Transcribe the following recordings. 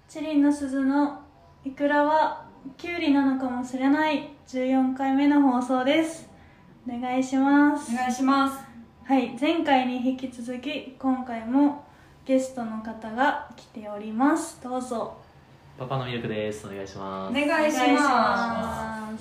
チリの鈴のイクラはキュウリなのかもしれない14回目の放送です。お願いします。 お願いします。 はい、前回に引き続き今回もゲストの方が来ております。どうぞ。 パパのミルクです。お願いします。 お願いします。 はい、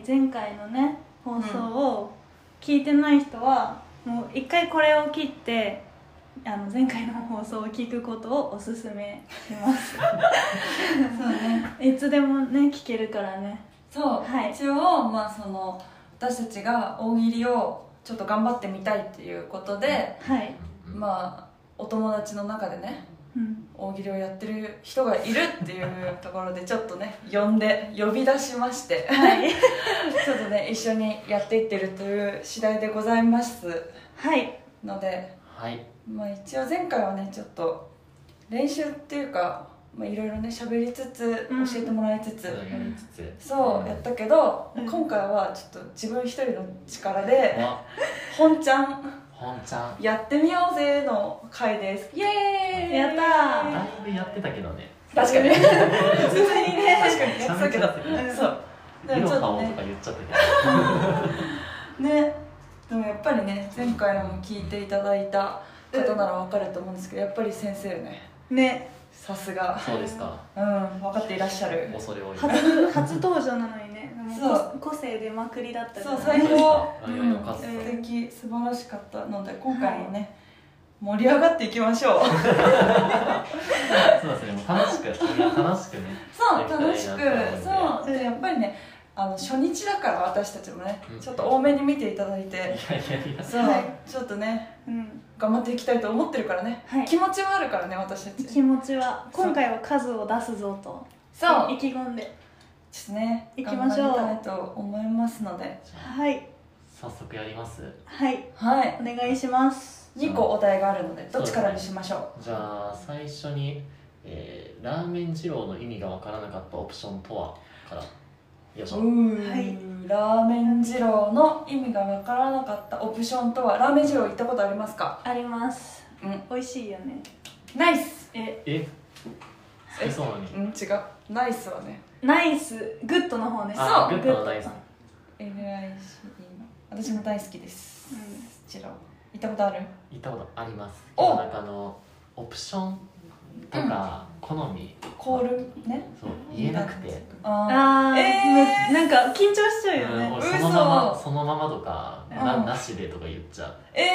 前回のね放送を聞いてない人は、もう一回これを切って前回の放送を聞くことをおすすめしますそうね。 いつでもね聞けるからね。 そう、 はい、 一応私たちが大喜利をちょっと頑張ってみたいっていうことで、 はい、 お友達の中でね、大喜利をやってる人がいるっていうところでちょっとね呼び出しまして、はい、ちょっとね一緒にやっていってるという次第でございますので、 はい、 一応前回はねちょっと練習っていうかいろいろね喋りつつ教えてもらいつつ、そうやったけど、今回はちょっと自分一人の力で本ちゃんやってみようぜの回です。イエーイ。 やったー。 だいぶやってたけどね。 確かに普通にね、確かにやってたけど、 そう色買おうとか言っちゃったけどね。でもやっぱりね、前回も聞いていただいた方なら分かると思うんですけど、やっぱり先生ね、さすが。 そうですか。 分かっていらっしゃる。 恐れ多い。 初登場なのにね、個性出まくりだったから。 そう、最高。 素敵、素晴らしかったので、今回もね、盛り上がっていきましょう。 そうですね、楽しくね。 そう、楽しく、そう。で、やっぱりね、初日だから私たちもね、ちょっと多めに見ていただいて、そう、ちょっとね、頑張っていきたいと思ってるからね、気持ちはあるからね、私たち。 気持ちは、今回は数を出すぞと、そう意気込んでちょっとね、 いきましょう。 頑張りたいと思いますので、 はい、 早速やります。 はい、お願いします。 2個お題があるので、どっちからにしましょう。 じゃあ最初に、ラーメン二郎の意味がわからなかったオプションとはからよいしょ。 ラーメン二郎の意味がわからなかったオプションとは。ラーメン二郎行ったことありますか？ あります。美味しいよね。 ナイス。 そうなのに。 違う。ナイスはね。 ナイス、グッドの方ね。 そう、グッドのナイス。 LICE の私も大好きです。二郎行ったことある？ 行ったことあります。 お、 なんかオプションとか好みコールね、 そう言えなくて、 なんか緊張しちゃうよね。 そのままとかなしでとか言っちゃう。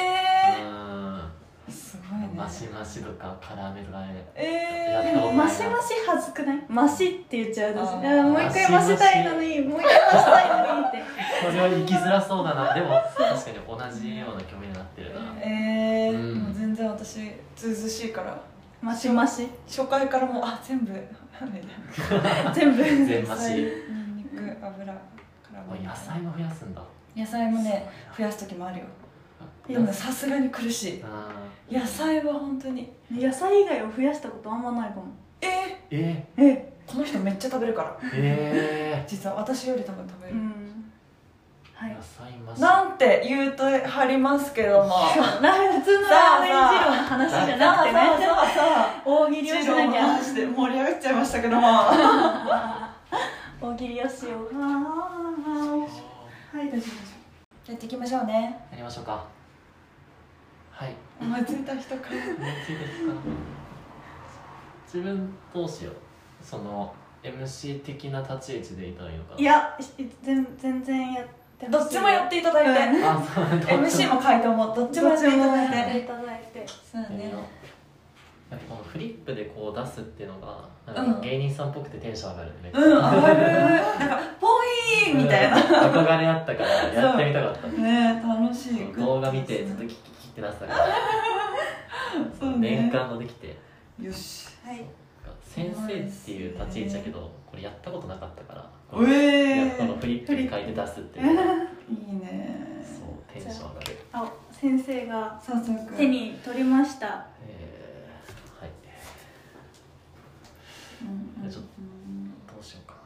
すごいね。 マシマシとか辛めとかね。 マシマシ恥ずくない？マシって言っちゃう私。もう一回マシたいのに、もう一回マシたいのにって。 それは生きづらそうだな。でも確かに同じような曲になってるな。 もう全然私ずうずしいから。 マシマシ。 初回からもう全部全マシ。 肉油から野菜も増やすんだ。 野菜もね増やす時もあるよ。でもさすがに苦しい。野菜は本当に野菜以外を増やしたことあんまないかも。 この人めっちゃ食べるから。実は私より多分食べる。 はい、 野菜マシなんて言うとはりますけども、 普通のラーメン二郎の話じゃなくてね、大喜利をしなきゃ。 盛り上がっちゃいましたけども、 大喜利をしよう。はい、大丈夫です。 やっていきましょうね。 やりましょうか。はい。 思いついた人から。 自分どうしよう。その MC 的な立ち位置でいたらいいのかな。 いや、全然やってどっちもやっていただいて。MC も回答もどっちもやっていただいて。そうね。 やっぱこのフリップでこう出すっていうのがなんか芸人さんっぽくてテンション上がるね。 上がる。なんかポイーみたいな。 憧れあったからやってみたかった。 ね、楽しい。 動画見てちょっとキキキってなってたから。年間のできて。 よし。 はい。 先生っていう立ち位置だけどこれやったことなかったからこのフリップに書いて出すっていういいね。 そうテンション上がる。 先生が早速手に取りました。 はいちょっとどうしようか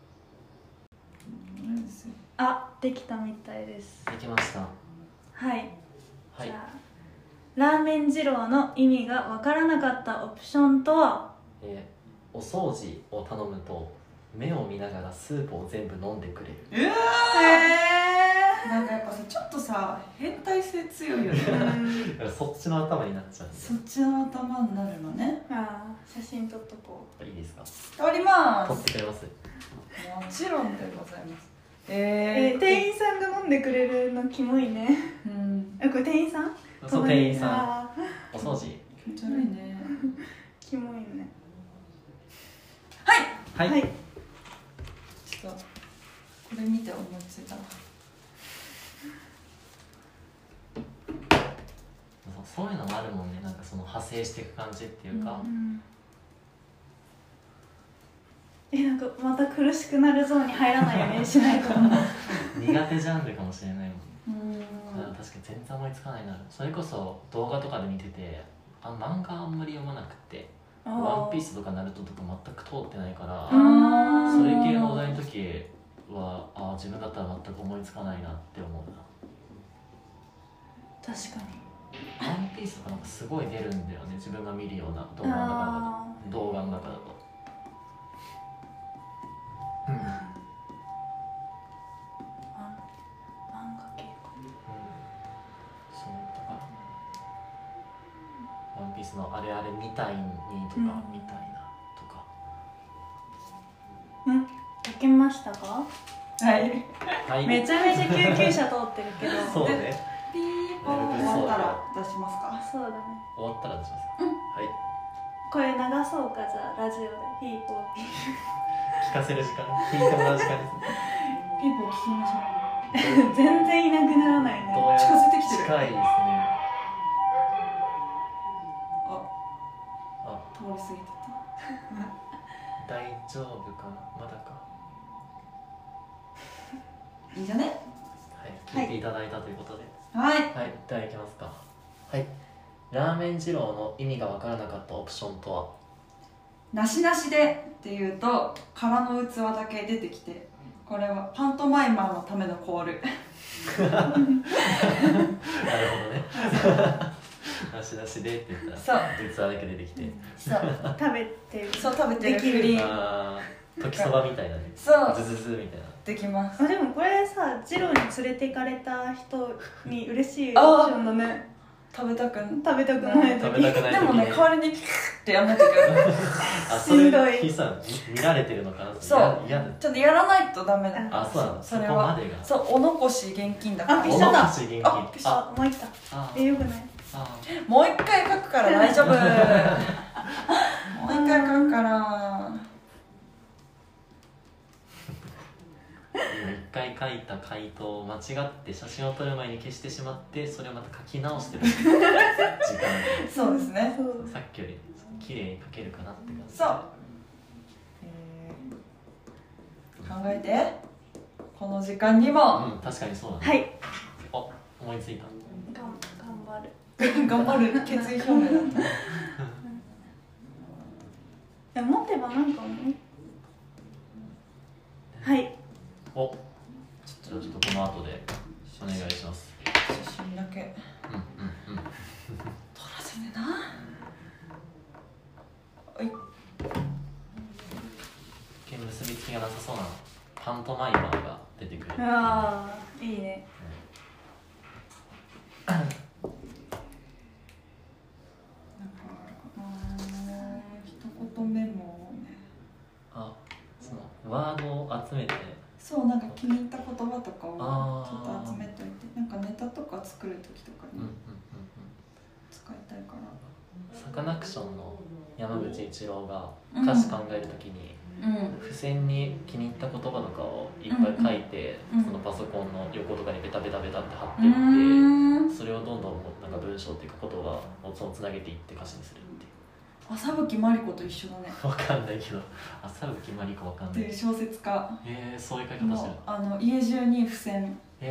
な。できたみたいです。 できました。 はい、じゃあラーメン二郎の意味がわからなかったオプションとは、 お掃除を頼むと目を見ながらスープを全部飲んでくれる。 なんかやっぱさちょっとさ変態性強いよねそっちの頭になっちゃうんで。 そっちの頭になるのね。 ああ、写真撮っとこいいですか？ 撮りま撮っす。 てくれます？ もちろんでございます。 う。店員さんが飲んでくれるのキモいね。 うん、 これ店員さん？ そう、店員さん。 あお掃除。 気持ち悪いね。 ーキモいね。 はいはい。 ちょっとこれ見て思いついたわ。 そういうのもあるもんね。なんかその派生していく感じっていうか、 なんかまた苦しくなるゾーンに入らないようにしないと苦手ジャンルかもしれないもん。確かに全然思いつかないな。それこそ動画とかで見てて、漫画あんまり読まなくて、ワンピースとかナルトとか全く通ってないから、それ系のお題の時は自分だったら全く思いつかないなって思うな。 確かに。 ワンピースとかなんかすごい出るんだよね、自分が見るような動画の中だと。動画の中だと。 漫画系か。 そうとか、ワンピースのあれあれみたいにとか、みたいなとか。 焼けましたか？ はいはい。 めちゃめちゃ救急車通ってるけど。 そうね。 ピーポー終わったら出しますか？ そうだね。 終わったらどうしますか？はい。 これ流そうか、じゃあラジオでピーポーピー。 聞かせる時間、聞いてもらう時間ですね。 ピーポー聞きましょう。 全然いなくならないね。 近づいてきてる。 近いですね。 通り過ぎて大丈夫かな、まだか。 た。いいんじゃね？ はい、聞いていただいたということで。 はい。 はい、ではいきますか。はい。ラーメン二郎の意味がわからなかったオプションとは？ なしなしでっていうと空の器だけ出てきて、これはパントマイマーのためのコールなるほどね。なしなしでって言ったら器だけ出てきて、 そう食べてる。 そう食べてるふり時そばみたいなね。 そうズズズみたいな。 できます。 でもこれさ、ジローに連れて行かれた人に嬉しいオプションだね。 食べたくない食べたくないでもね、代わりにキュッてやんないといけないそれ日さ見られてるのかな。 そうちょっとやらないとダメだ。 そうなの。 それはそうお残し現金だから。 ピシャだ。 現金。 もう一回。よくない？ もう一回書くから大丈夫もう一回書くから一回書いた回答を間違って写真を撮る前に消してしまって、それをまた書き直してる時間そうですね。 さっきより綺麗に書けるかなって感じ。 そう、考えてこの時間にも、 確かにそうだね。 はい。 思いついた。 頑張る頑張る決意表明だった持てばなんかもね。はい。 じゃあちょっとこの後でお願いします。 写真だけ撮らせねえな。はい結びつきがなさそうなパントマイマーが出てくる。 いいね。 一言メモをね。 そのワードを集めて。 そうなんか気に入った言葉とかをちょっと集めといて、なんかネタとか作る時とかに使いたいから。 サカナクションの山口一郎が歌詞考える時に、付箋に気に入った言葉とかをいっぱい書いて、そのパソコンの横とかにベタベタベタって貼っていって、それをどんどんなんか文章っていうか言葉をつなげていって歌詞にするっていう。 麻吹まり子と一緒だね。 わかんないけど、麻吹まり子わかんない。 っていう小説家。 そういう書き方してる。 家中に付箋貼って、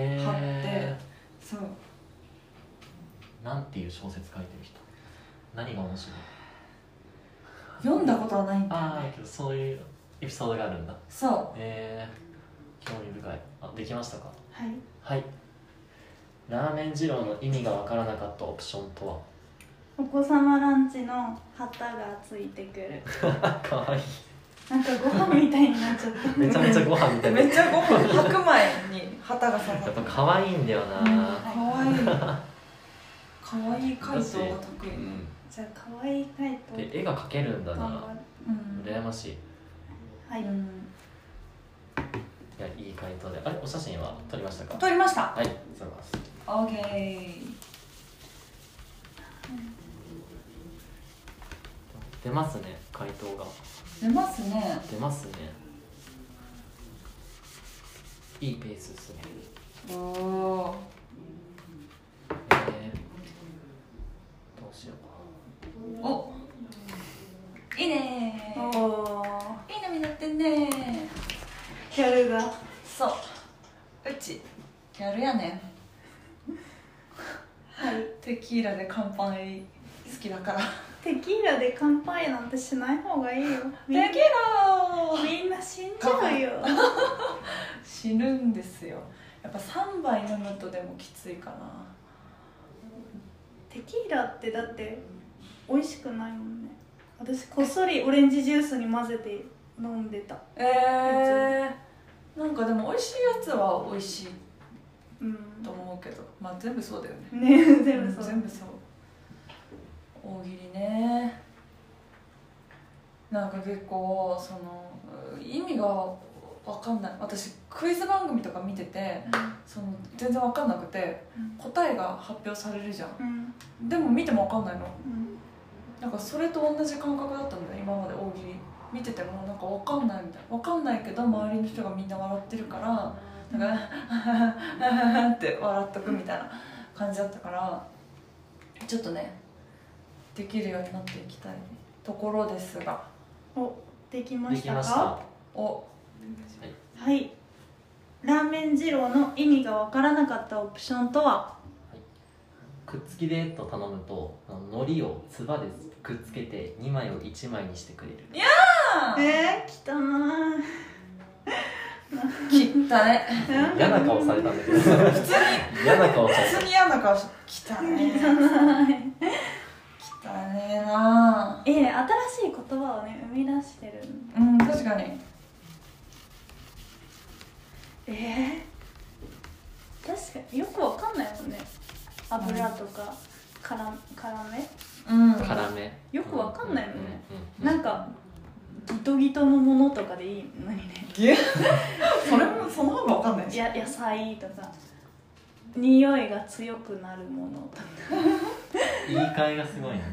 そう。 なんていう小説書いてる人。何が面白い？ 読んだことはないんだよね。 けどそういうエピソードがあるんだ。 そう。 興味深い。できましたか？ はい。 はい。ラーメン二郎の意味がわからなかったオプションとは？ お子様ランチの旗がついてくるかわいい。 なんかご飯みたいになっちゃっためちゃめちゃご飯みたいな。 めっちゃご飯白米に旗が刺さやっぱってる。 可愛いんだよな。 かわいい。かわいい回答が得意。 じゃあ可愛い回答で絵が描けるんだな。羨ましい。 はい、 いや、いい回答で。あれ、お写真は撮りましたか？ 撮りました。 はい、撮ります。 オッケー。 出ますね、回答が。 出ますね。 出ますね。いいペースですね。 おお。 どうしようか。 お。いいねー。 おいいのになってんねー。 ギャルがそう。うちギャルやねん。 はい、 テキーラで乾杯好きだから。 テキーラで乾杯なんてしない方がいいよ。 テキーラみんな死んじゃうよ死ぬんですよ。やっぱ3杯飲むとでもきついかな。 テキーラってだって美味しくないもんね。私こっそりオレンジジュースに混ぜて飲んでた。 なんかでも美味しいやつは美味しいうんと思うけど、まあ全部そうだよね。 ね全部そう、 全部そう。大喜利ね。なんか結構その意味が分かんない。私クイズ番組とか見てて、その全然分かんなくて、答えが発表されるじゃん、でも見ても分かんないの、なんかそれと同じ感覚だったんだよ今まで大喜利見てても。なんか分かんないみたいな、分かんないけど周りの人がみんな笑ってるからなんかって笑っとくみたいな感じだったから、ちょっとねできるようになっていきたいところですが。 お、できまでしたか？ きました。 お、 はい、ラーメン二郎の意味がわからなかったオプションとは？ くっつきでと頼むと海苔をつばでくっつけて2枚を1枚にしてくれる。 いやー、きたな切ったね。 嫌な顔されたんだけど普通に嫌な顔され普通に嫌な顔して、来たね来たねーなー。 新しい言葉をね生み出してる。 確かに。 確かによくわかんないもんね。油とか辛め辛めよくわかんないもんね。なんかギトギトのものとかでいいのにね。 それもその方が分かんないし。 野菜とか匂いが強くなるものとか言い換えがすごいね。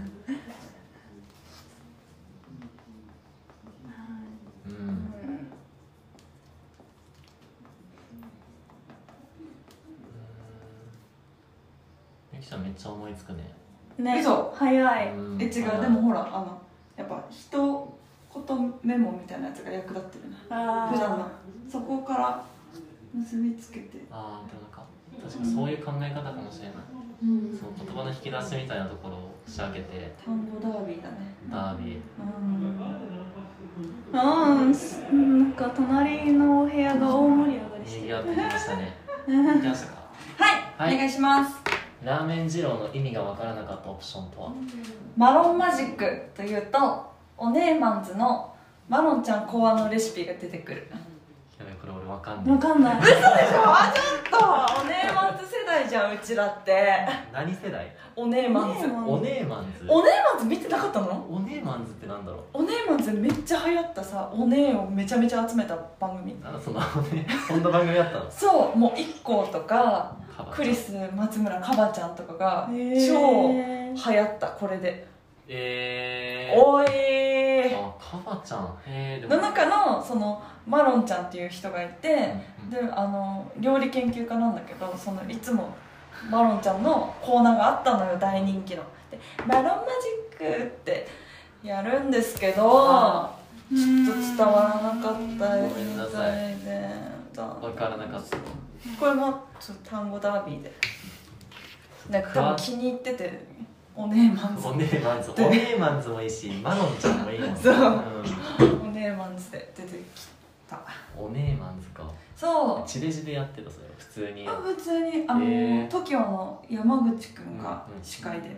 ゆきちゃんめっちゃ思いつくね。 ね、 嘘早い。 違う、でもほらやっぱ一言メモみたいなやつが役立ってるな普段の。そこから結びつけて。 でもなんか確かにそういう考え方かもしれない、その言葉の引き出しみたいなところを仕上げて。 単語ダービーだね。 ダービー。 なんか隣のお部屋が大盛り上がりして賑わってきましたね。いきましたか。 はい、お願いします。 ラーメン二郎の意味が分からなかったオプションとは？ マロンマジックというとおねえマンズのマロンちゃん考案のレシピが出てくる。 やべ、これ俺分かんない。 わかんない。 嘘でしょ。ちょっとおねえマンズ世代じゃんうちらって。 何世代？ おねえマンズ。 おねえマンズ。 おねえマンズ見てなかったの？ おねえマンズってなんだろう。 おねえマンズめっちゃ流行ったさ、おねえをめちゃめちゃ集めた番組。 そんな番組だったの？ そう、もうIKKOとかクリス松村カバちゃんとかが超流行った。これでおいー、 カバちゃん。 の中のそのマロンちゃんっていう人がいて、で料理研究家なんだけど、そのいつもマロンちゃんのコーナーがあったのよ、大人気の。でマロンマジックってやるんですけど、ちょっと伝わらなかったみたいで。 分からなかった。 これもちょっと単語ダービーでなんか多分気に入ってて、おねえマンズ。 おねえマンズ。おねえマンズもいいし、マロンちゃんもいいもんね。 そう、おねえマンズで出てきた。 おねえマンズか。 そう、 地デジでやってた。それ普通に。 普通にTOKIOの山口くんが司会で。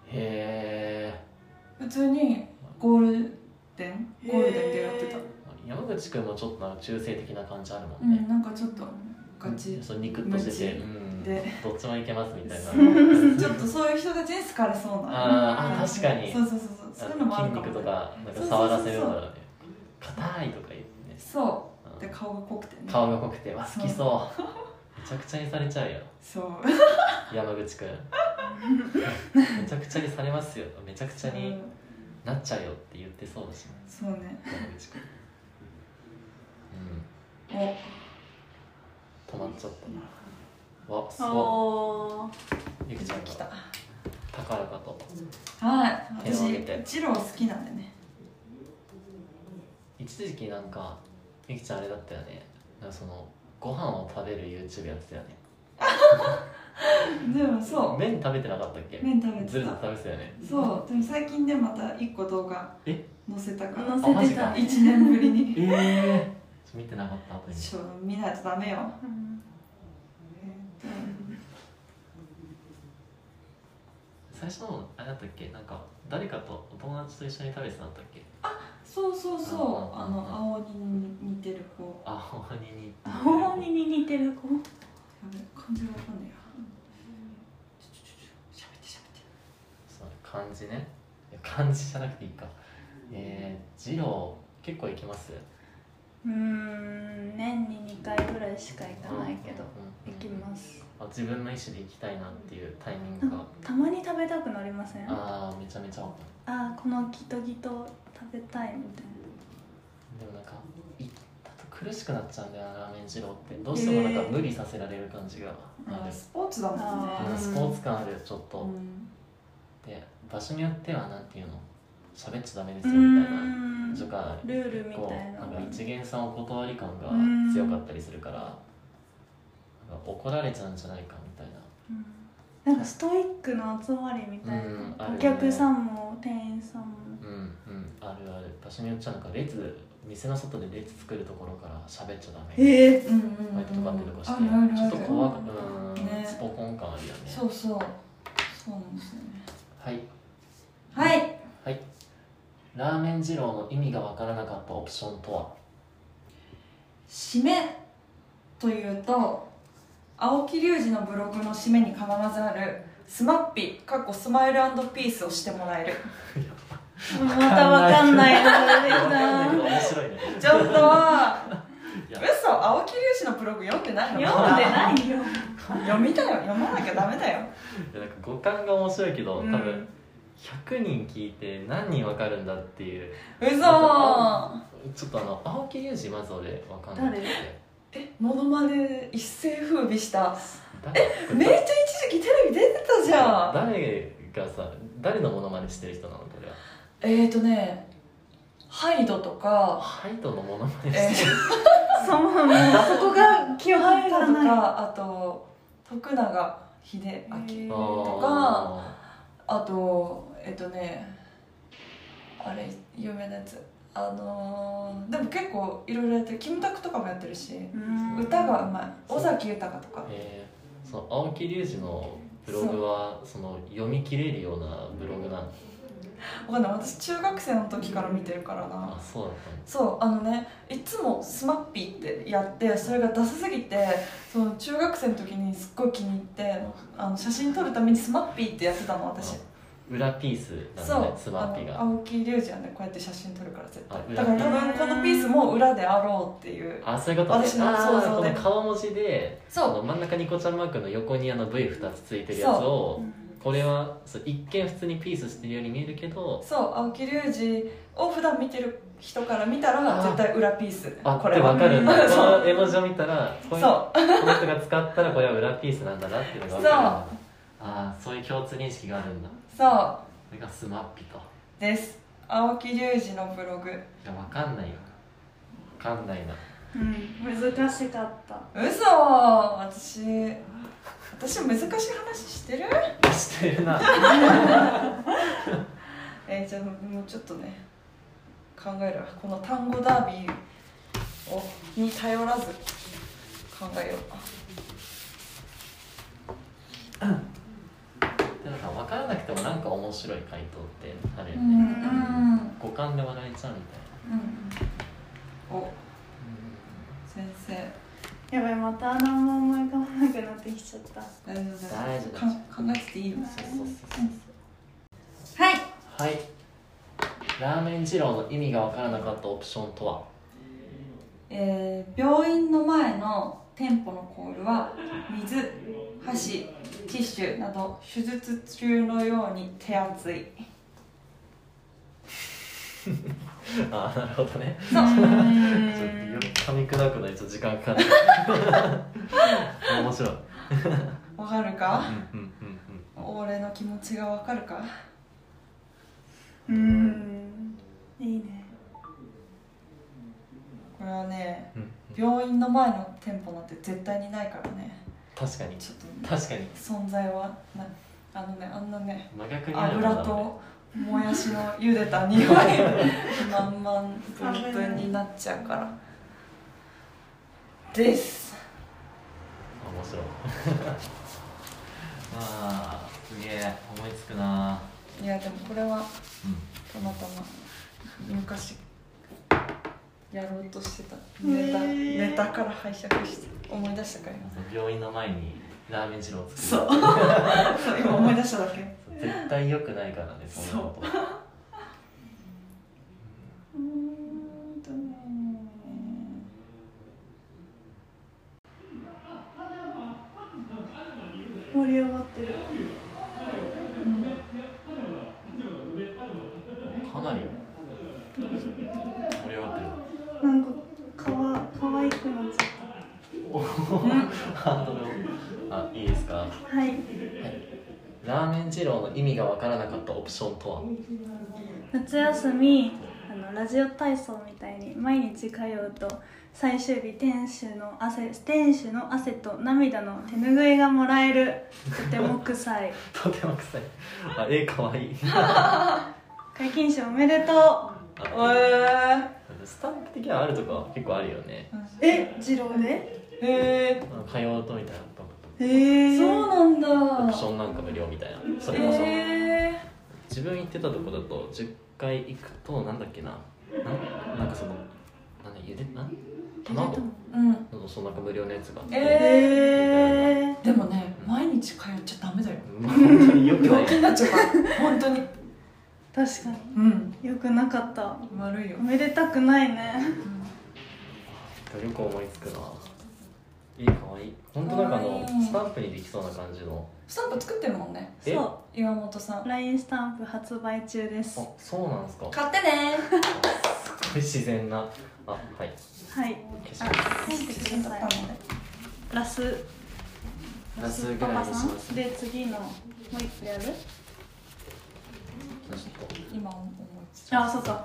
へえ。 普通にゴールデンでやってた。 山口くんもちょっとなんか中性的な感じあるもんね。 なんかちょっとガチそうニクッとしてて、 でどっちもいけますみたいな。 ちょっとそういう人たちに好かれそうな。 確かに。 そういうのもあるかも。 筋肉とかなんか触らせるのがね、硬いとか言ってね。 そう。で顔が濃くてね。 顔が濃くて好きそう。めちゃくちゃにされちゃうよ。 そう。 山口くん。めちゃくちゃにされますよ。めちゃくちゃになっちゃうよって言ってそうだしね。 そうね。 山口くん。 お。 止まっちゃった。わ、すごい。ゆきちゃんが来た。 高らかと。 はい。私ジロー好きなんでね。 一時期なんかゆきちゃんあれだったよね。なんかそのご飯を食べる YouTube やってたよね。 でもそう。 麺食べてなかったっけ？ 麺食べてた。 ずるずる食べてたよね。 そう。でも最近でまた1個動画載せたから。 載せてた。 1年ぶりに。 見てなかった後に。 見ないとダメよ。 最初のあれだったっけ？なんか誰かとお友達と一緒に食べてたんだったっけ？ そう青に似てる子。 青に似てる子。 やべ、漢字がわかんないや。しゃべって。 そう漢字ね。漢字じゃなくていいか。ジロー結構行きます？ 年に2回ぐらいしか行かないけど行きます。 自分の意思で行きたいなっていうタイミングがたまに食べたくなりません？ めちゃめちゃわかる。このギトギト食べたいみたいな。 でもなんか行ったと苦しくなっちゃうんだよな、ラーメン二郎って。どうしてもなんか無理させられる感じがある。 スポーツだもんね。 スポーツ感ある、ちょっと。で場所によってはなんていうの、喋っちゃダメですよみたいなとかルールみたいな。 なんか一元さんお断り感が強かったりするから、怒られちゃうんじゃないかみたいな。 なんかストイックの集まりみたいな。お客さんも店員さんも。 あるある。場所によっちゃなんか店の外で列作るところから喋っちゃダメ。とかってとこして、ちょっと怖くスポコン感あるよね。 そうなんですよね。 はいはいラーメン二郎の意味がわからなかったオプションとは？ 締めというと、青木隆二のブログの締めに必ずあるスマッピスマイル&ピースをしてもらえる。 またわかんないのが出てきた。 面白いね。 ちょっとは嘘、青木隆二のブログ読んでないの？ 読んでないよ。 読まなきゃダメだよ。 なんか五感が面白いけど、多分100人聞いて何人わかるんだっていう。 嘘。ちょっと青木隆二まず俺わかんない。 誰？モノマネ一世風靡した。めっちゃ一時期テレビ出てたじゃん。 誰のモノマネしてる人なのこれは？ ハイドとか。 ハイドのモノマネしてる。 そこが記憶に足らない。 あと徳永英明とか、あとあれ有名なやつ、でも結構いろいろやってる。キムタクとかもやってるし、歌がうまい。尾崎豊とか。 その青木隆二のブログはその読み切れるようなブログなの？ わかんない。私中学生の時から見てるからな。 そうだったの？ そういつもスマッピーってやって、それがダサすぎて、その中学生の時にすっごい気に入って、写真撮るためにスマッピーってやってたの私。 裏ピースなんだね、スマッピーが。 青木隆二はね、こうやって写真撮るから絶対。だから多分このピースも裏であろうっていう。 そういうことね。 私の想像で。 この顔文字で、真ん中にニコちゃんマークの横にV2 つついてるやつを、これは一見普通にピースしてるように見えるけど、 青木隆二を普段見てる人から見たら絶対裏ピース。 これ分かるんだ。この絵文字を見たら、この人が使ったらこれは裏ピースなんだなっていうのが分かるんだ。そういう共通認識があるんだ。これがスマッピとです。青木隆二のブログ。 いや、分かんないよ。分かんないな。 難しかった。 嘘。私難しい話してる？ してるな。 じゃあもうちょっとね考えるわ。この単語ダービーに頼らず考えよう。 でも分からなくてもなんか面白い回答ってあるようね、 ん五感で笑えちゃうみたいな。 お先生やばい、また何も思い浮かばなくなってきちゃった。 大丈夫大丈夫考えてていいの。 そうそうそうはいはいラーメン二郎の意味が分からなかったオプションとは。 病院の前の店舗のコールは水、箸、ティッシュなど手術中のように手厚い。 ああなるほどね。 そうちょっとよく噛み砕くのにちょっと時間かかる。面白い。 わかるか、 うんうんうんうん。 俺の気持ちがわかるか。 いいね。 これはね、 うん病院の前の店舗なんて絶対にないからね。 確かにちょっと確かに存在はあんなね真逆にあるものだ油もんね。 ともやしの茹でた匂い満々プンプンになっちゃうからです。 面白い。ああすげえ思いつくな。 いやでもこれはうんたまたま昔やろうとしてたネタから拝借して思い出したから病院の前にラーメン二郎を作る。 そう今思い出しただけ。 絶対良くないからねそんなこと。 盛り上がってる。 かなり盛り上がってる。 なんかかわいくなっちゃっおハードルをいいですか。 た。はい。 ラーメン二郎の意味が分からなかったオプションとは。 夏休みラジオ体操みたいに毎日通うと最終日店主の汗と涙の手ぬぐいがもらえる。とても臭い。 とても臭い。かわいい。 解禁賞おめでとスタンプ的なのあるとか結構あるよね。 う。二郎で？ へ通うとみたいなそうなんだ。 オプションなんか無料みたいな。それこそ自分行ってたとこだと10回行くとなんだっけな、なんかそのゆで卵そのなんか無料のやつがあって、 でもね毎日通っちゃダメだよ。 本当によくない。 病気になっちゃうから本当に。 確かに。よくなかった。 悪いよ。 おめでたくないね。 よく思いつくな。かわいい。本当なんかスタンプにできそうな感じの。 スタンプ作ってるもんね。 そう。 岩本さん。 LINE スタンプ発売中です。 そうなんですか。 買ってね。 すごい自然な。はい。 はい。 消します。 書いてください。ラスぐらいにします。 で次のもう一個やる？ 今思いついた。 あ、そうか。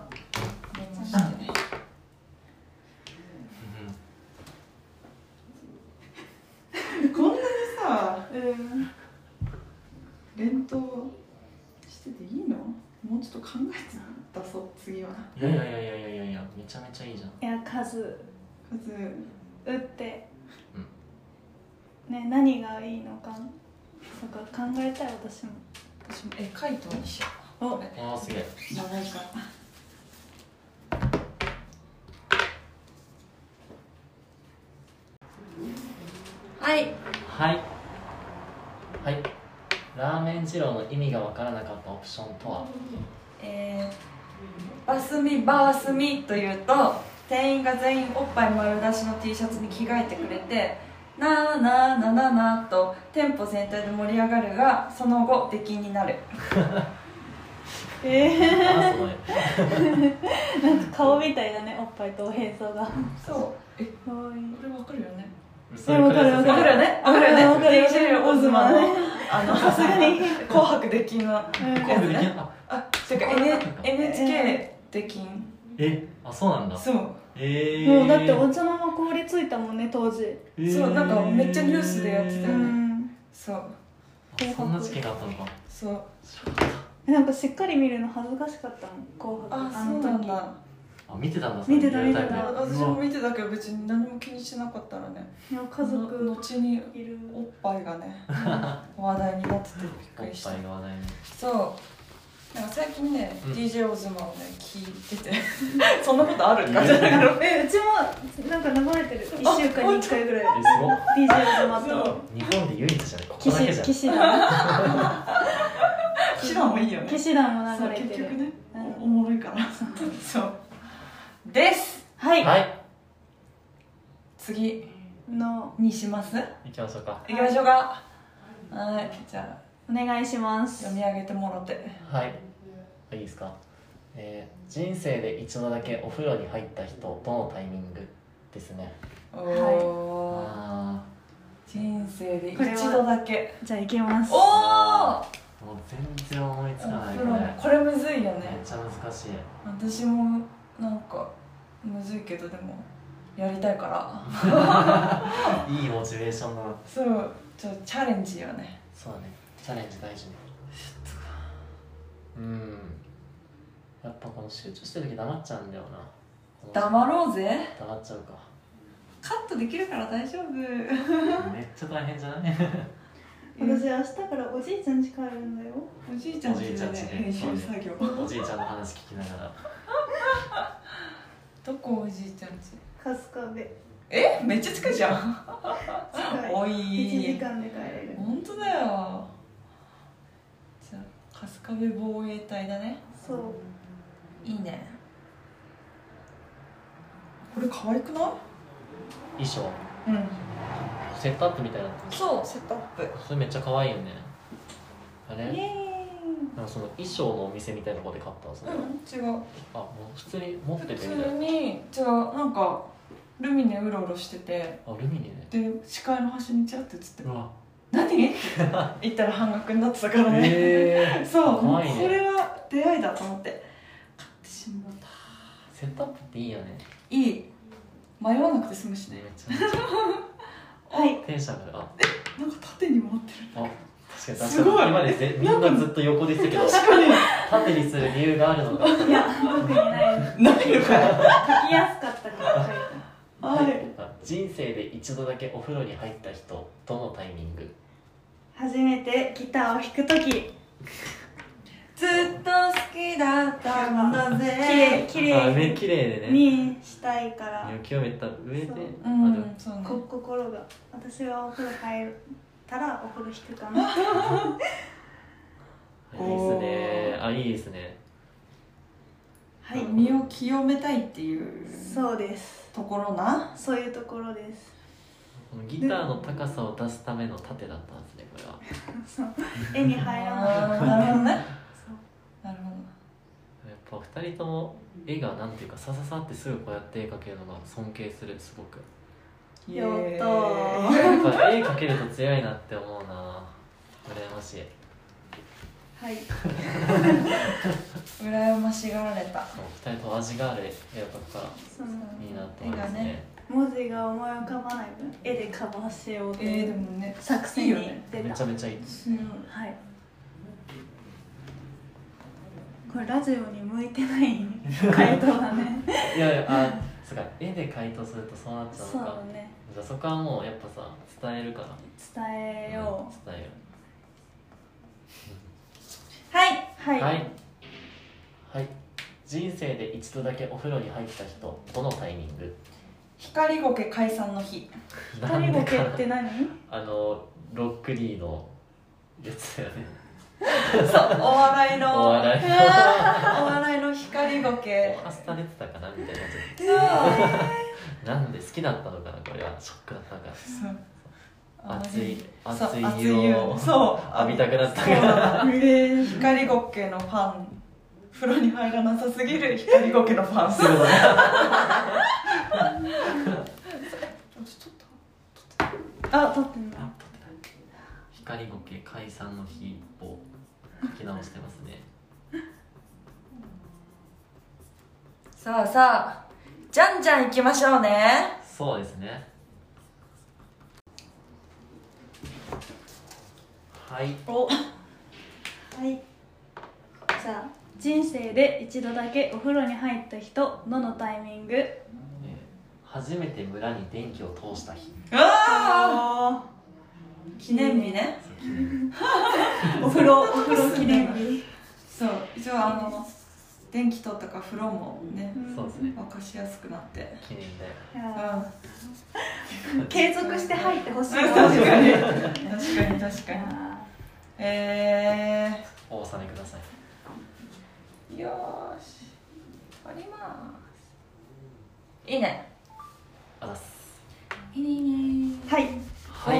こんなにさ、連投してていいの？もうちょっと考えて出そう次は。 いやめちゃめちゃいいじゃん。 いや数打って、ね、何がいいのかとか考えたい。私も回答にしよう。 あすげえ。 長いから。 はいラーメン二郎の意味が分からなかったオプションとは。 バスミバースミというと店員が全員おっぱい丸出しの T シャツに着替えてくれてなーなーなななと店舗全体で盛り上がるがその後出禁になる。 なんか顔みたいだね、おっぱいとおへそが。 そうこれわかるよね。 わかるよね。 オズマのさすがに紅白出禁のやつね。てか NHK 出禁。 そうなんだ。 そう。 もうだってお茶の間凍りついたもんね当時。 そうなんかめっちゃニュースでやってたよね。そう。 そんな時期があったのか。 そう。 なんかしっかり見るの恥ずかしかったもん、紅白。 そうなんだ。 あ、見てたんだ。 見てた見てた私も見てたけど別に何も気にしてなかったらね。 いや家族後にいるおっぱいがね話題になっててびっくりした。 おっぱいが話題に。 そうなんか最近ね、 うん DJ オズマをね聞いててそんなことあるかじゃないの。 うちもなんか流れてる1週間に1回ぐらいすごっ。 DJ ズマと日本で唯一じゃない、ここだけじゃん。 騎士団騎士団もいいよね。 騎士団もそう流れてる結局ね、 うんおもろいからそうですはいはい、 次のにします。 行きましょうか。 行きましょうか。はいじゃあお願いします読み上げてもらって。 はい、いいですか。人生で一度だけお風呂に入った人、どのタイミングですね。 おお、 あ人生で一度だけ。 じゃあ行きますおおあ、もう全然思いつかないこれ。 これむずいよめっね。 ちゃ難しい。 私もなんかむずいけどでもやりたいからいいモチベーションだな。 そうちょっとチャレンジよね。 そうだね、チャレンジ大事ね。うん、やっぱこの集中してる時黙っちゃうんだよな。 黙ろうぜ。 黙っちゃうか。 カットできるから大丈夫。 めっちゃ大変じゃない私明日からおじいちゃん家帰るんだよおじいちゃんちでね編集作業。 おじいちゃんの話聞きながら。 どこおじいちゃんち。 春日部めっちゃ近いじゃん。 近いおい 1時間で帰れる本当だよ。じゃあ春日部防衛隊だね。 そういいね。これ可愛くない？ 衣装うんセットアップみたいなの。 そうセットアップ。 それめっちゃ可愛いよね。あれイエーイなんかその衣装のお店みたいなところで買ったのそれは。 違う。 あ、もう普通に持って普てみたいな。 通に違うなんかルミネうろうろしてて、 あ、ルミネね。 で視界の端にチラッて映ってうわ、 何って言ったら半額になってたからね。そう可愛いねこれは出会いだと思って買ってしまった。 セットアップっていいよね。 いい迷わなくて済むしね、 ね。 めちゃめちゃはいテンションがあ、 なんか縦に回ってる。 あ、確かにすごい今までみんなずっと横でしたけど、 確かに縦にする理由があるのか。 いや特にないないのかい。 書きやすかったから書いはいあ、人生で一度だけお風呂に入った人、どのタイミング？ た初めてギターを弾くときずっと好きだったんだぜ。 きあ、 れい綺麗でね。 にしたいから清めた上で、 そうあ、でもそうね。 心が私がお風呂入ったらお風呂弾くかないいですね。あ、いいですね。 はい身を清めたいっていうそうですところな。 そういうところですこのギターの高さを出すための盾だったんですね、これは。 そう絵に入らないなるほどね。 そうなるほど。 やっぱ2人とも絵がなんていうかさささってすぐこうやって絵描けるのが尊敬する、すごく。 やったやーっぱ絵描けると強いなって思うな。羨ましい。 はい羨ましがられた。 そう、2人と味がある絵を描くからそのいいなと思いますね。 文字が思い浮かばない分絵でカバーしようとでいうもね作戦に出ためちゃめちゃいいです。 うんはいこれラジオに向いてない回答だねいやいや、あ、そうか、絵で回答するとそうなっちゃうそうのか。 だねじゃあそこはもうやっぱさ、伝えるから。 伝えよう、 伝える。 はいはい、 はい。はい。人生で一度だけお風呂に入った人、どのタイミング？ 光ゴケ解散の日。 光ボケって何？ ロックリーのやつだよね。 そうお笑いのお笑いのお笑いの光ゴケ。 オハスタ出てたかなみたいな。なんで好きだったのかな、これはショックだったのかそう熱いそう熱い熱い湯をそう浴びたくなったそうから光ゴケのファン。風呂に入らなさすぎる光ゴケのファン。 そういうことね。 あ、撮ってんだ。 光ゴケ解散の日を書き直してますね。 さあさあじゃんじゃん行きましょうね。 そうですね。はい。 おはい。じゃあ人生で一度だけお風呂に入った人、どのタイミング？ 初めて村に電気を通した日。 ああ記念日ね。 お風呂記念日。 そう、一応電気通ったから風呂もね、 そうですね、 沸かしやすくなって記念で。 継続して入ってほしい。 確かに確かに。 お納めください。よーし、あります。いいね。 あざっす。 いいねいいね。 はいはい。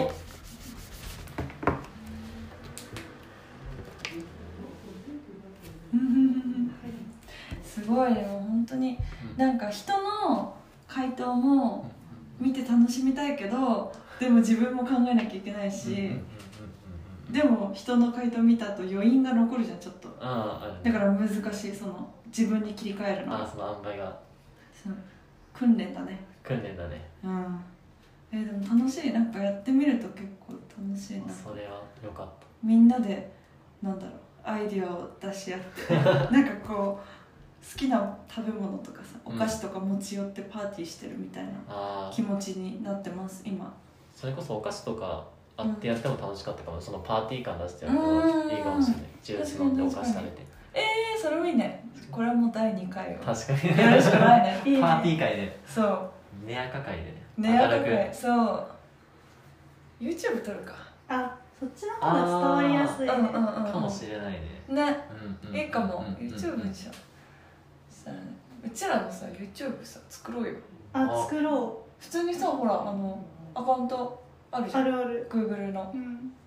すごい、でも本当になんか人の回答も見て楽しみたいけど、でも自分も考えなきゃいけないし、でも人の回答見た後余韻が残るじゃん、ちょっと。だから難しい、その自分に切り替えるの。 その塩梅が訓練だね。 訓練だね。 でも楽しい、なんかやってみると結構楽しいな。 それは良かった。みんなでなんだろう、アイディアを出し合ってなんかこう好きな食べ物とかさ、お菓子とか持ち寄ってパーティーしてるみたいな気持ちになってます今。 それこそお菓子とかあってやっても楽しかったかも。そのパーティー感出してやるといいかもしれない。ジュース飲んでお菓子食べて。 それもいいね。これはもう第2回を確かにやるしかないね。 パーティー会で。 そう。 ネアカ会でね。 ネアカ会、そう。YouTube 撮るか。 そっちの方が伝わりやすい。 かもしれないね。 ね。いいかも。YouTube にしよう。うちらのさ YouTube さ作ろうよ。 作ろう。普通にさ、ほらアカウントあるじゃん。 あるある。 Google の。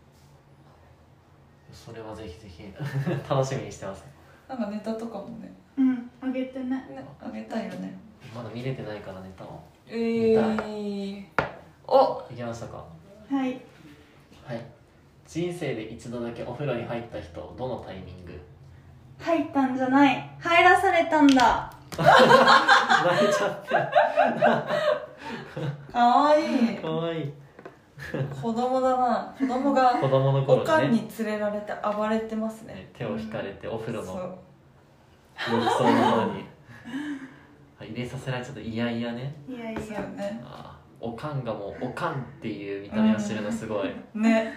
それはぜひぜひ楽しみにしてます。 なんかネタとかもね。 あげてね。 あげたいよね。 まだ見れてないからネタを。 お、 いけましたか。 はい。 はい。人生で一度だけお風呂に入った人、どのタイミング？ 入ったんじゃない、入らされたんだ。 泣いちゃってかわいい。 かわいい。 子供だな。子供が子供の頃にね、 おかんに連れられて暴れてますね。 手を引かれてお風呂の浴槽の方に入れさせられちゃった。いやいやね。 いやいやね。 おかんがもうおかんっていう見た目をしてるのすごいね。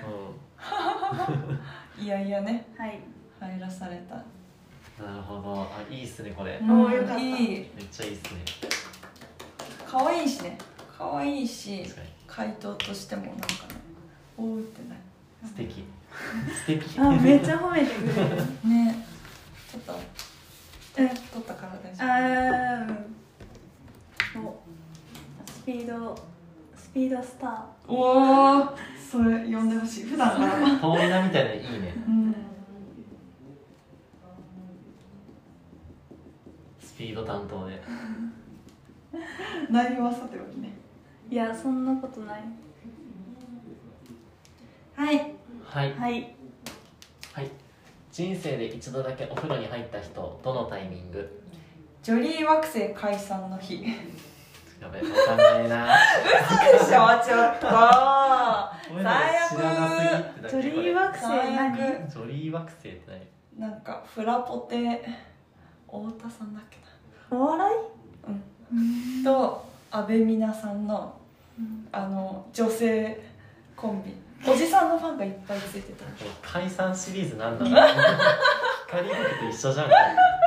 いやいやね。 はい、 入らされた。 なるほど。いいっすねこれ。 よかった。いい。 めっちゃいいっすね。 可愛いしね。可愛いし、回答としてもなんかね、おーってない。 素敵。素敵。 めっちゃ褒めてくれる。 ね。ちょっと撮ったから大丈夫。スピードスター。 おお、それ呼んでほしい。普段から。 遠いなみたいないいね。スピード担当で。 内容はさておきね。 いや、そんなことない。 はいはいはい。人生で一度だけお風呂に入った人、どのタイミング？ ジョリー惑星解散の日。 やべ、わかんないな。 嘘でしょ、ちょっと。最悪。 ジョリー惑星何？ ジョリー惑星って何？なんかフラポテ太田さんだっけな。 お笑い？と阿部美奈さんの女性コンビ。おじさんのファンがいっぱいついてた。 解散シリーズなんだろう。光僕と一緒じゃん。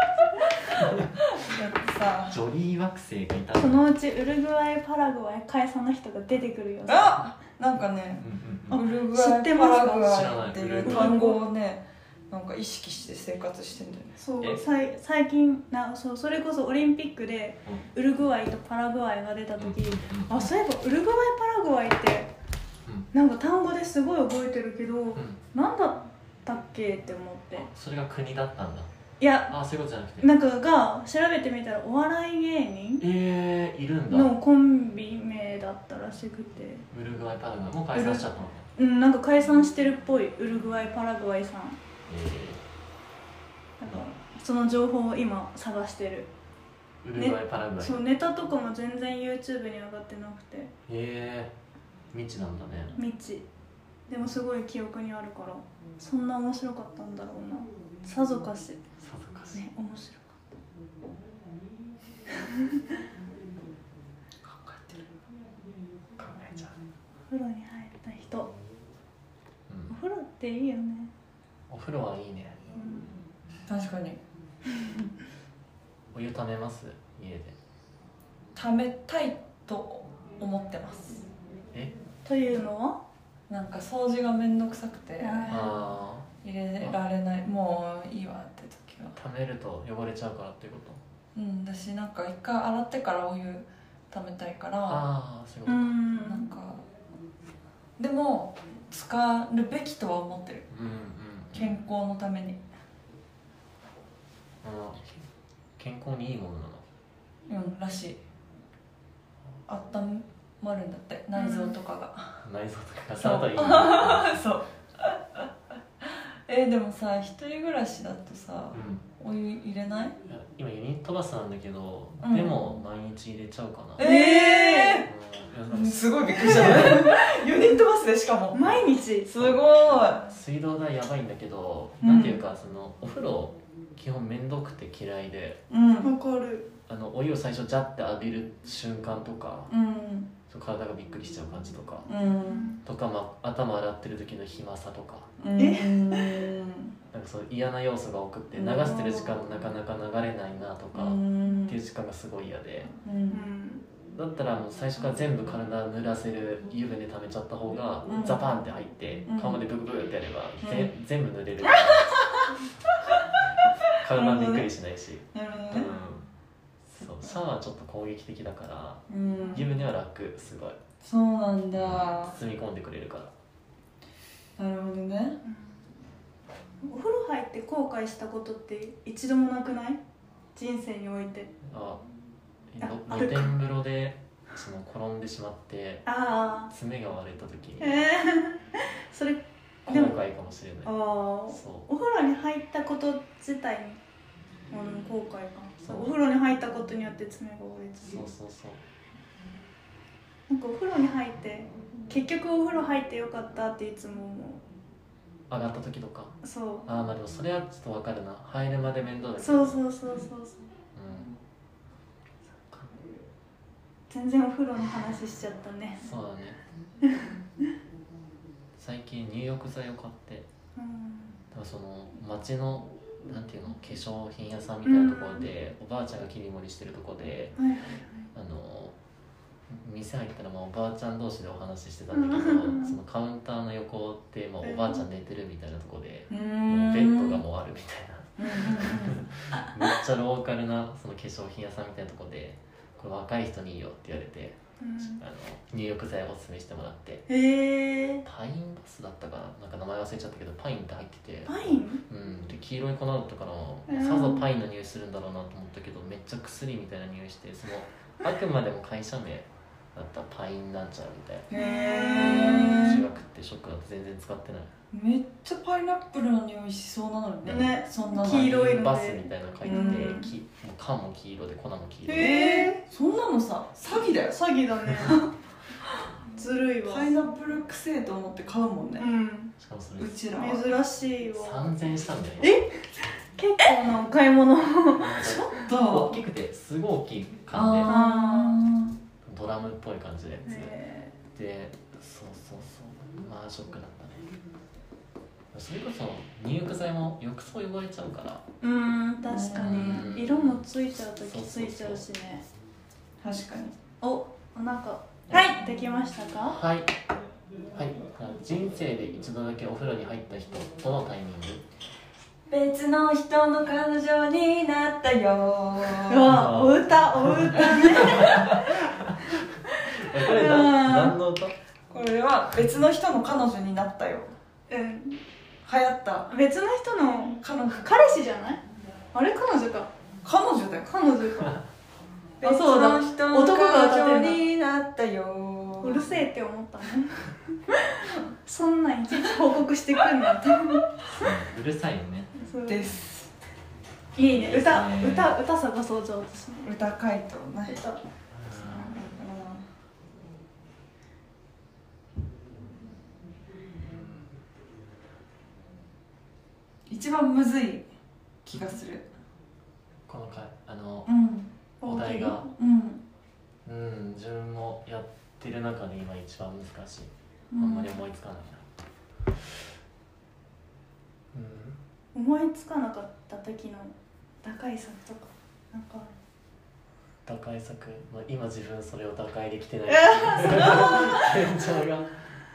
ジョリー惑星がいた。 そのうちウルグアイ、パラグアイ解散の人が出てくるよ。 なんかね、ウルグアイ、パラグアイっていう単語をね、なんか意識して生活してんだよね。 そう、最近それこそオリンピックでウルグアイとパラグアイが出た時、そういえばウルグアイ、パラグアイってなんか単語ですごい覚えてるけど、なんだったっけって思って。 それが国だったんだ。 いや、 そういうことじゃなくて、 なんかが調べてみたらお笑い芸人いるんだのコンビ名だったらしくて。 ウルグアイ、パラグアイもう解散しちゃったの？なんか解散してるっぽい。ウルグアイ、パラグアイさん。なんかその情報を今探してる。 ウルグアイ、パラグアイ。 そう、ネタとかも全然 YouTube に上がってなくて。 未知なんだね。 未知でもすごい記憶にあるから、そんな面白かったんだろうな。さぞかし。 しい、 ね、面白か考えてる。 考えちゃう。 お風呂に入った人、おうん、 風呂っていいよね。 お風呂はいいね。 確かに。 お湯ためます家で？ 貯めたいと思ってます。 というのはなんか掃除がめんどくさくてあ入れられない、もういいわって時は。 あ、ためると汚れちゃうからっていうこと？ うん、だしなんか一回洗ってからお湯貯めたいから、 ああ、そういうことか。 なんかでも使うべきとは思ってる。 うんうん、 健康のために。 健康にいいものなの？ うん、らしい。温まるんだって、内臓とかが。 内臓とかが触ったらいいそうでもさ、一人暮らしだとさ、お湯入れない？ いや今ユニットバスなんだけど、 うんでも毎日入れちゃうかな。 すごいびっくりしたユニットバスでしかも毎日すごい。 水道代やばいんだけど、 うんなんていうか、そのお風呂基本めんどくて嫌いで、 うんわかる。 お湯を最初ジャッて浴びる瞬間とか、 うん体がびっくりしちゃう感じとか、 うんとか、頭洗ってる時の暇さとか、 うんなんかそう嫌な要素が多くて、流してる時間もなかなか流れないなとか、っていう時間がすごい嫌で、だったらもう最初から全部体濡らせる湯船溜めちゃった方が、ザパンって入って顔までブクブクってやれば、全部濡れる体びっくりしないし、 なるほどね。 そう、シャワーちょっと攻撃的だから、 湯湯船は楽、すごいそうなんだ。 包み込んでくれるかなるほどね。 お風呂入って後悔したことって一度もなくない？人生において。 ら。 あ露天風呂で転んでしまって爪が割れた時にそれ後悔かもしれない。 お風呂に入ったこと自体に後悔か。お風呂に入ったことによって爪が折れちゃう。 そうなんかお風呂に入って結局お風呂入ってよかったっていつも思う。 上がった時とか。 そう。 まあでもそれはちょっと分かるな。入るまで面倒だけど。 そう。全然お風呂の話しちゃったね。 そうだね最近入浴剤を買って、だからその町のなんていうの、化粧品屋さんみたいなところで、おばあちゃんが切り盛りしてるところで、店入ったらおばあちゃん同士でお話ししてたんだけど、そのカウンターの横っておばあちゃん寝てるみたいなところで、もうベッドがもうあるみたいなめっちゃローカルなその化粧品屋さんみたいなところで、これ若い人にいいよって言われて、入浴剤をおすすめしてもらって、パインバスだったかな、なんか名前忘れちゃったけどパインって入ってて、 パイン？ で黄色い粉だったからさぞパインの匂いするんだろうなと思ったけど、めっちゃ薬みたいな匂いして、そのあくまでも会社名だったパインなんちゃらみたいな。中学ってショックだって全然使ってない。 めっちゃパイナップルの匂いしそうなのにね。 そんなの黄色いのでバスみたいなの書いてて、缶も黄色で粉も黄色で、そんなのさ詐欺だよ。 詐欺だねずるいわ。 パイナップルくせえと思って買うもんね。 しかもそれうちら珍しいわ。 3000円したんだよ。 結構なお買い物ちょっと大きくてすごい大きい缶で、ドラムっぽい感じのやつで、そうまあショックだったね。それこそ入浴剤も浴槽汚れちゃうから、 確かに色もついちゃうときついちゃうしね。 確かに。 なんかはいできましたか？ はい。人生で一度だけお風呂に入った人とのタイミング。 別の人の彼女になったよ。 うわ、お歌ねこれ何の歌？ これは別の人の彼女になったよ。流行った別の人の彼女。 彼氏じゃない？あれ彼女か。 彼女だよ。 彼女か別の人の彼女になったよ。 うるせえって思ったねそんなんいちいち報告してくんなってうるさいよね。 です。 いいね。歌探そう上手しね。 歌回答ね。一番むずい気がする。 このうんお題がうん自分もやってる中で今一番難しい、あんまり思いつかないな。 思いつかなかった時の打開策とかなんか打開策、まあ、今自分それを打開できてない現状が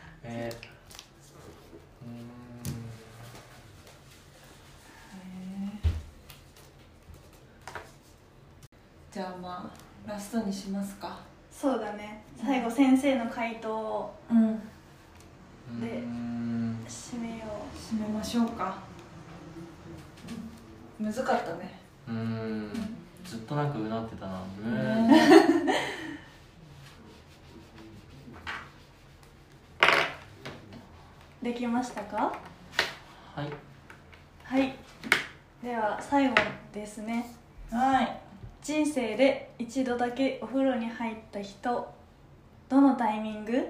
じゃあまあラストにしますか。 そうだね、最後先生の回答をで締めよう。 締めましょうか。難かったね。 ずっとなんかうなってたな。 できましたか？ はいはい、では最後ですね。 はい。 人生で一度だけお風呂に入った人、どのタイミング？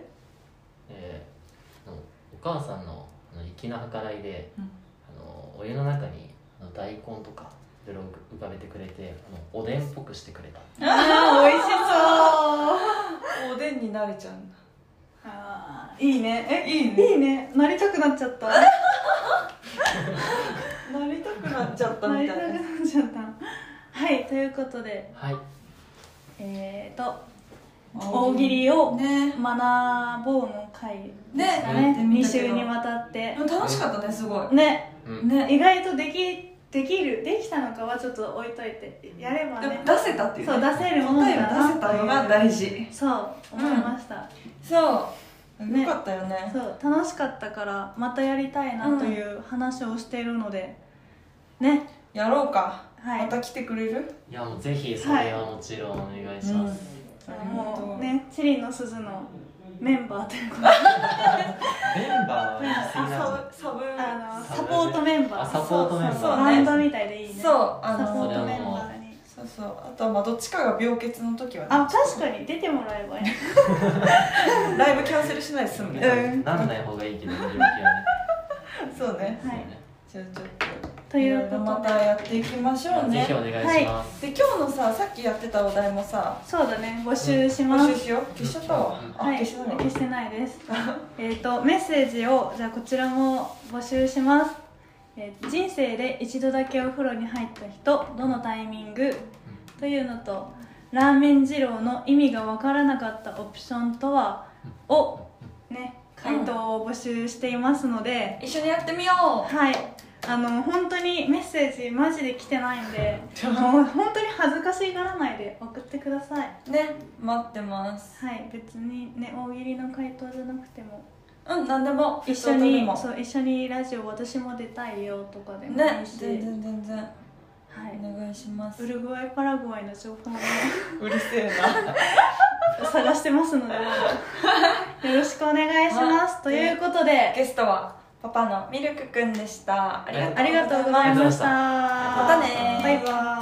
お母さんの粋な計らいで、お湯の中に大根とかいろいろ浮かべてくれておでんっぽくしてくれた。 あー美味しそう。 おでんになれちゃうんだ。 あーいいね。 いいね。 いいね。なりたくなっちゃった。 なりたくなっちゃったみたいな。 なりたくなっちゃった。はい、ということで、 はい、 大喜利をね学ぼうの回でしたね。2週にわたって楽しかったね、すごいね、 ね。 意外とできたのかはちょっと置いといて、やればね、 出せたっていうね。 そう、出せるものだな出せたのが大事。 そう思いました。 そうね、 よかったよね。 そう楽しかったからまたやりたいなという話をしているので、ね、 やろうか。 はい、 また来てくれる？ いやもうぜひそれはもちろんお願いします。 もうね、チリの鈴のメンバーということでメンバーサポートメンバー、 サポートメンバー、 そうバンドみたいでいいね。 そうサポートメンバーに。 そうあとはまあどっちかが病欠の時はね。 あ、確かに出てもらえばいい。 ライブキャンセルしないで済むね。 なんない方がいいけど病気はね。 そうね。 はい。 じゃあちょっとということでまたやっていきましょうね。 ぜひお願いします。 で今日のさっきやってたお題もさ、 そうだね、募集します。 募集しよう。消しちゃったわ。 はい、消してないです。メッセージをじゃあこちらも募集します。人生で一度だけお風呂に入った人、どのタイミングというのと、ラーメン二郎の意味がわからなかったオプションとはをね、回答を募集していますので、 一緒にやってみよう。 はい、本当にメッセージマジで来てないんでもう本当に恥ずかしがらないで送ってくださいね。待ってます。 はい、別にね、大喜利の回答じゃなくても何でも一緒にラジオ私も出たいよとかでもいいし、 全然、はい、お願いします。 ウルグアイパラグアイの情報もうるせえな探してますのでよろしくお願いします。ということでゲストはパパのミルクくんでした。ありがとうございました。 ありがとうございました。 またね。 バイバイ。